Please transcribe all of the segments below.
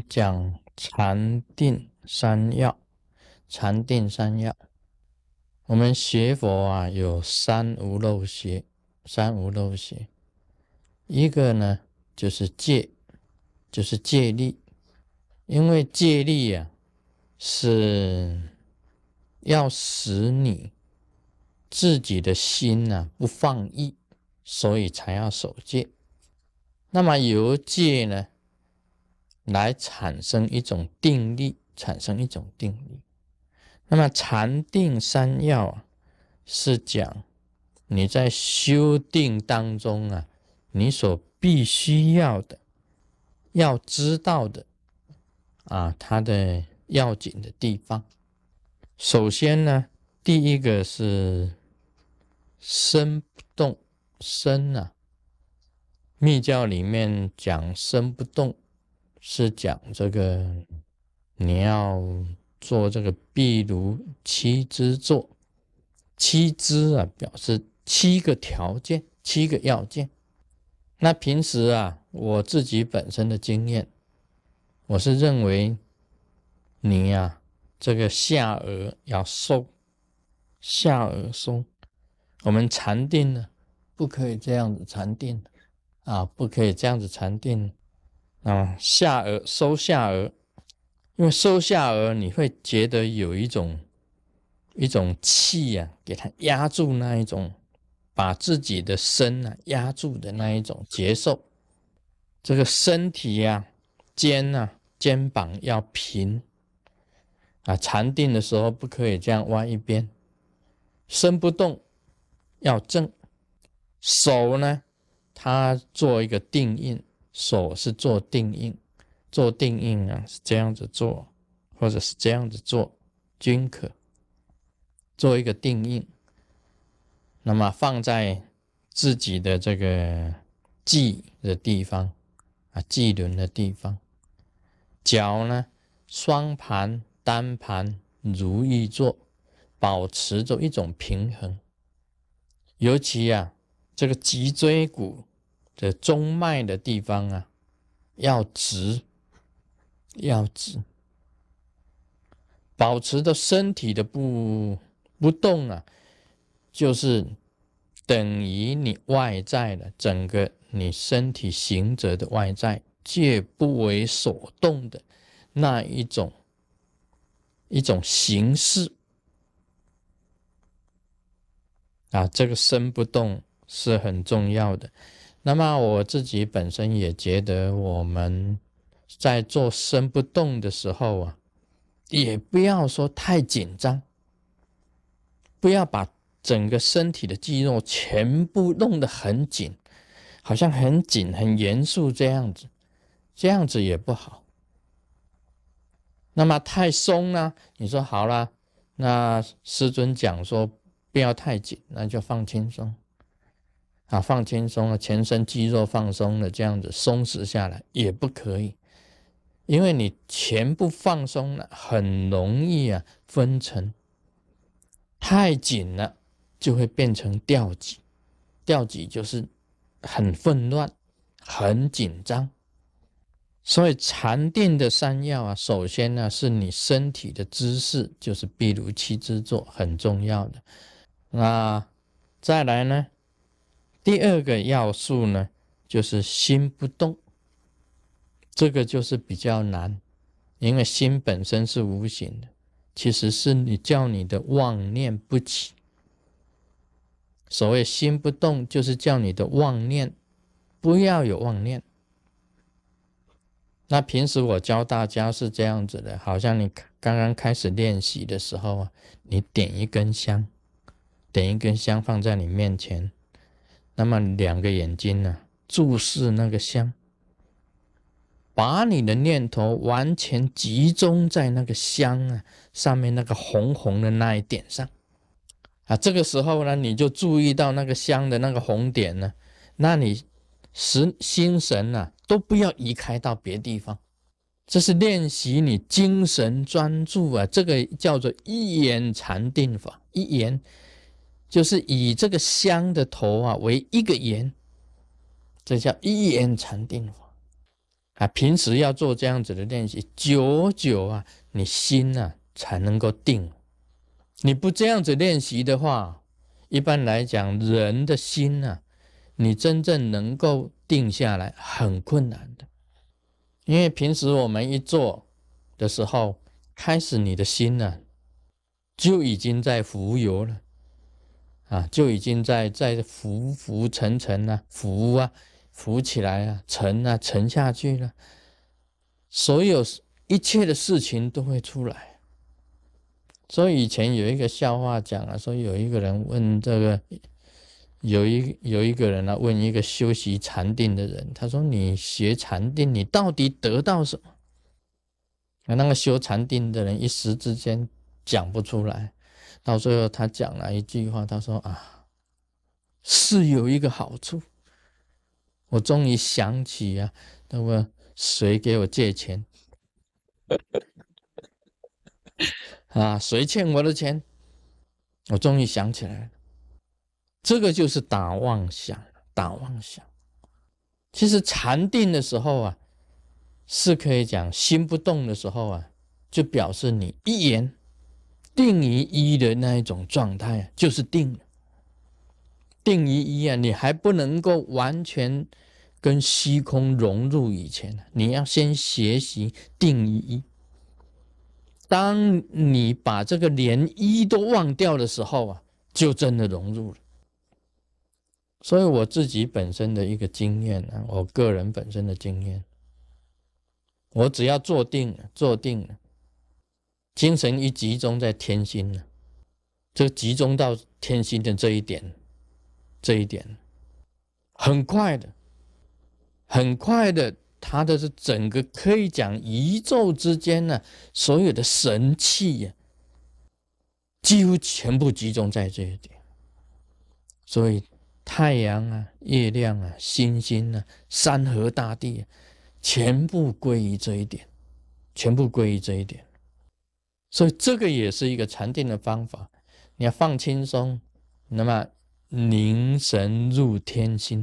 讲禅定三要。禅定三要，我们学佛啊，有三无漏学。三无漏学，一个呢就是戒，就是戒律。因为戒律啊，是要使你自己的心啊不放逸，所以才要守戒。那么由戒呢来产生一种定力，那么禅定三要啊，是讲你在修定当中啊，你所必须要的、要知道的啊，它的要紧的地方。首先呢，第一个是身不动。身啊，密教里面讲身不动，是讲这个你要做这个毗卢七支坐。七支啊，表示7个条件、7个要件。那平时啊，我自己本身的经验，我是认为你啊，这个下颚要收，下颚松。我们禅定呢，不可以这样子禅定啊，不可以这样子禅定啊。下颚收下颚，因为收下颚，你会觉得有一种气啊，给它压住那一种，把自己的身啊压住的那一种节奏。这个身体啊，肩膀要平啊，禅定的时候不可以这样歪一边。身不动要正，手呢，它做一个定印，手是做定印，做定印啊是这样子做，或者是这样子做均可。做一个定印，那么放在自己的这个际的地方啊，际轮的地方。脚呢，双盘、单盘如意坐，保持着一种平衡。尤其啊，这个脊椎骨的中脉的地方啊，要直，保持着身体的不动啊，就是等于你外在的整个你身体行者的外在皆不为所动的那一种形式啊，这个身不动是很重要的。那么我自己本身也觉得，我们在做身不动的时候啊，也不要说太紧张，不要把整个身体的肌肉全部弄得很紧，好像很紧很严肃这样子，这样子也不好。那么太松呢，你说好了，那师尊讲说不要太紧，那就放轻松啊，放轻松了，全身肌肉放松了，这样子松弛下来也不可以，因为你全部放松了，很容易啊分层，太紧了就会变成掉脊，掉脊就是很混乱、很紧张。所以禅定的三要啊，首先呢是你身体的姿势，就是毗卢七支坐，很重要的。那再来呢，第二个要素呢，就是心不动。这个就是比较难，因为心本身是无形的，其实是你叫你的妄念不起。所谓心不动，就是叫你的妄念不要有妄念。那平时我教大家是这样子的，好像你刚刚开始练习的时候啊，你点一根香放在你面前，那么2个眼睛呢，注视那个香，把你的念头完全集中在那个香啊上面那个红红的那一点上啊。这个时候呢，你就注意到那个香的那个红点呢，那你心神啊都不要移开到别地方，这是练习你精神专注啊，这个叫做一眼禅定法。一眼就是以这个香的头啊为一个眼，这叫一眼禅定法平时要做这样子的练习，久久啊，你心啊才能够定。你不这样子练习的话，一般来讲，人的心啊，你真正能够定下来很困难的。因为平时我们一做的时候，开始你的心啊，就已经在浮游了就已经在浮浮沉沉啊，浮起来啊，沉下去了，所有一切的事情都会出来。所以以前有一个笑话讲啊，说有一个人问这个，有一个人问一个修习禅定的人，他说：“你学禅定，你到底得到什么？”那个修禅定的人一时之间讲不出来，到最后他讲了一句话，他说：“是有一个好处，我终于想起那么谁给我借钱谁欠我的钱，我终于想起来了。”这个就是打妄想。其实禅定的时候是可以讲心不动的时候就表示你一言定于一的那一种状态就是定了。定于一你还不能够完全跟虚空融入以前你要先学习定于一。当你把这个连一都忘掉的时候就真的融入了。所以我自己本身的一个经验我个人本身的经验，我只要坐定了，精神一集中在天心了，这集中到天心的这一点，很快的，它的是整个可以讲宇宙之间所有的神气几乎全部集中在这一点。所以太阳月亮星星山河大地全部归于这一点，所以这个也是一个禅定的方法。你要放轻松，那么凝神入天心，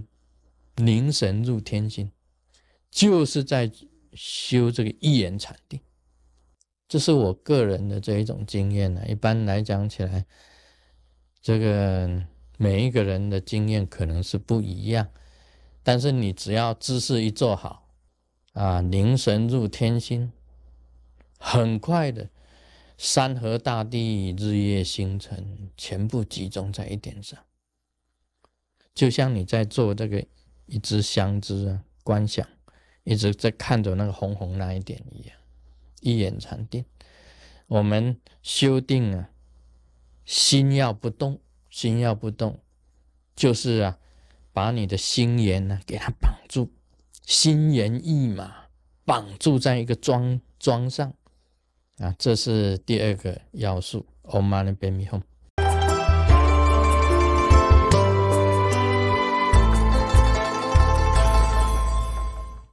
就是在修这个一言禅定。这是我个人的这一种经验一般来讲起来，这个每一个人的经验可能是不一样，但是你只要姿势一做好凝神入天心，很快的山河大地日月星辰全部集中在一点上，就像你在做这个一支香枝观想，一直在看着那个红红那一点一样。一言禅定，我们修定心要不动，就是把你的心眼给它绑住，心猿意马绑住在一个桩上这是第二个要素。Om Mani Padme Hum。